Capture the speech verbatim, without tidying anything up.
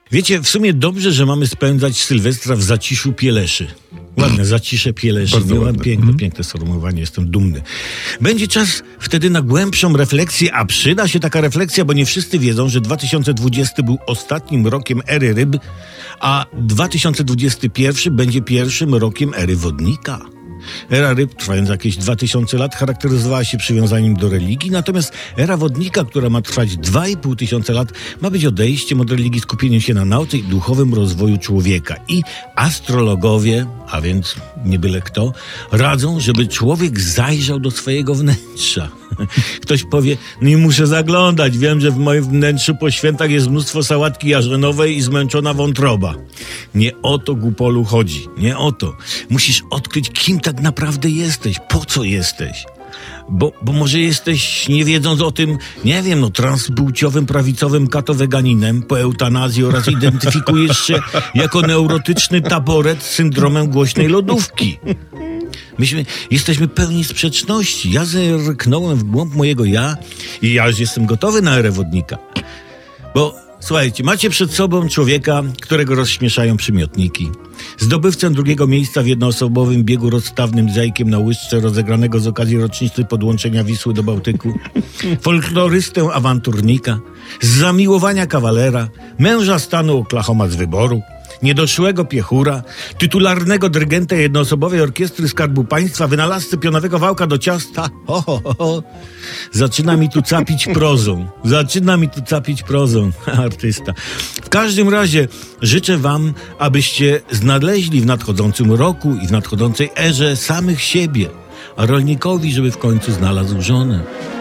Wiecie, w sumie dobrze, że mamy spędzać Sylwestra w zaciszu Pieleszy. Ładne, zacisze Pieleszy. Bardzo Nie, ładne. piękne, Mhm. piękne sformułowanie, jestem dumny. Będzie czas wtedy na głębszą refleksję, a przyda się taka refleksja, bo nie wszyscy wiedzą, że dwa tysiące dwudziesty był ostatnim rokiem ery ryb, a dwa tysiące dwudziesty pierwszy będzie pierwszym rokiem ery wodnika. Era ryb, trwając jakieś dwa tysiące lat, charakteryzowała się przywiązaniem do religii, natomiast era wodnika, która ma trwać dwa i pół tysiąca lat, ma być odejściem od religii, skupieniem się na nauce i duchowym rozwoju człowieka. I astrologowie, a więc nie byle kto, radzą, żeby człowiek zajrzał do swojego wnętrza. Ktoś powie, nie muszę zaglądać, wiem, że w moim wnętrzu po świętach jest mnóstwo sałatki jarzynowej i zmęczona wątroba. Nie o to, głupolu, chodzi. Nie o to. Musisz odkryć, kim tak naprawdę jesteś, po co jesteś. Bo, bo może jesteś, nie wiedząc o tym, nie wiem, no transpłciowym, prawicowym katoweganinem po eutanazji oraz identyfikujesz się jako neurotyczny taboret z syndromem głośnej lodówki. Myśmy jesteśmy pełni sprzeczności. Ja zerknąłem w głąb mojego ja i ja już jestem gotowy na erę wodnika. Bo słuchajcie, macie przed sobą człowieka, którego rozśmieszają przymiotniki. Zdobywcę drugiego miejsca w jednoosobowym biegu rozstawnym z jajkiem na łyżce rozegranego z okazji rocznicy podłączenia Wisły do Bałtyku. Folklorystę awanturnika, z zamiłowania kawalera, męża stanu Oklahoma z wyboru, niedoszłego piechura, tytularnego dyrygenta jednoosobowej orkiestry Skarbu Państwa, wynalazcy pionowego wałka do ciasta. Ho, ho, ho, ho. Zaczyna mi tu capić prozą. Zaczyna mi tu capić prozą. Artysta. W każdym razie życzę wam, abyście znaleźli w nadchodzącym roku i w nadchodzącej erze samych siebie, a rolnikowi, żeby w końcu znalazł żonę.